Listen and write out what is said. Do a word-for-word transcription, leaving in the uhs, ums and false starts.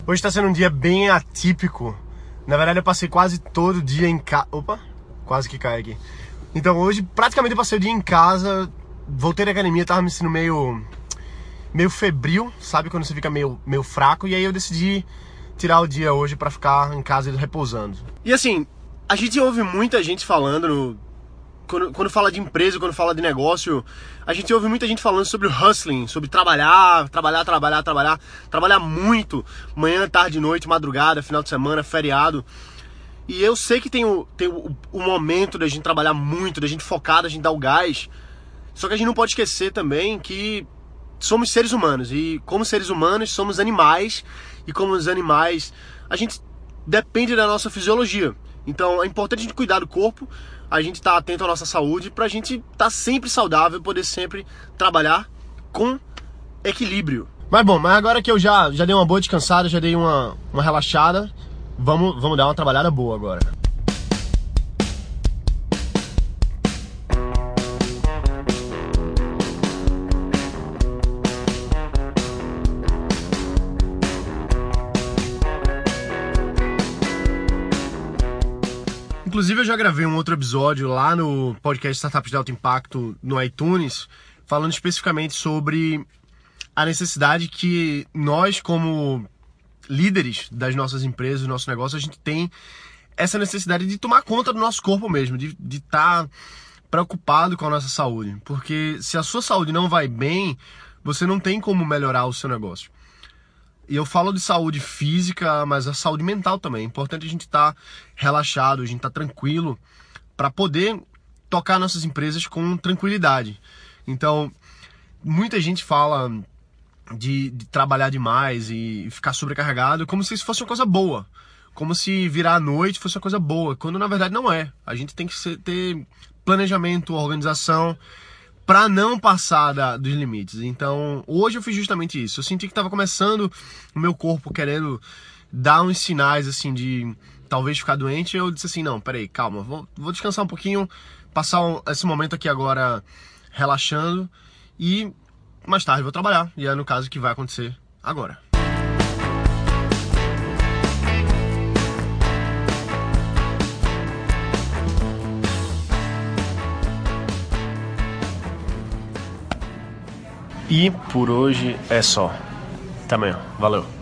Hoje tá sendo um dia bem atípico. Na verdade eu passei quase todo o dia em casa. Opa, quase que cai aqui. Então hoje praticamente eu passei o dia em casa. Voltei da academia, tava me sentindo meio meio febril, sabe? Quando você fica meio, meio fraco. E aí eu decidi tirar o dia hoje pra ficar em casa repousando. E assim, a gente ouve muita gente falando no... Quando, quando fala de empresa, quando fala de negócio, a gente ouve muita gente falando sobre o hustling, sobre trabalhar, trabalhar, trabalhar, trabalhar, trabalhar muito, manhã, tarde, noite, madrugada, final de semana, feriado. E eu sei que tem o, tem o, o momento da gente trabalhar muito, da gente focar, da gente dar o gás. Só que a gente não pode esquecer também que somos seres humanos. E como seres humanos, somos animais. E como os animais, a gente depende da nossa fisiologia. Então é importante a gente cuidar do corpo, a gente estar atento à nossa saúde, pra gente estar sempre saudável, poder sempre trabalhar com equilíbrio. Mas bom, mas agora que eu já, já dei uma boa descansada, já dei uma, uma relaxada, vamos, vamos dar uma trabalhada boa agora. Inclusive eu já gravei um outro episódio lá no podcast Startups de Alto Impacto no iTunes, falando especificamente sobre a necessidade que nós, como líderes das nossas empresas, do nosso negócio, a gente tem essa necessidade de tomar conta do nosso corpo mesmo, de estar preocupado com a nossa saúde. Porque se a sua saúde não vai bem, você não tem como melhorar o seu negócio. E eu falo de saúde física, mas a saúde mental também. É importante a gente estar relaxado, a gente estar tranquilo para poder tocar nossas empresas com tranquilidade. Então, muita gente fala de, de trabalhar demais e ficar sobrecarregado como se isso fosse uma coisa boa. Como se virar à noite fosse uma coisa boa, quando na verdade não é. A gente tem que ser, ter planejamento, organização, para não passar da, dos limites. Então, hoje eu fiz justamente isso. Eu senti que estava começando o meu corpo querendo dar uns sinais, assim, de talvez ficar doente. Eu disse assim, não, peraí, calma, vou, vou descansar um pouquinho, passar um, esse momento aqui agora relaxando e mais tarde vou trabalhar. E é no caso que vai acontecer agora. E por hoje é só. Até amanhã. Valeu.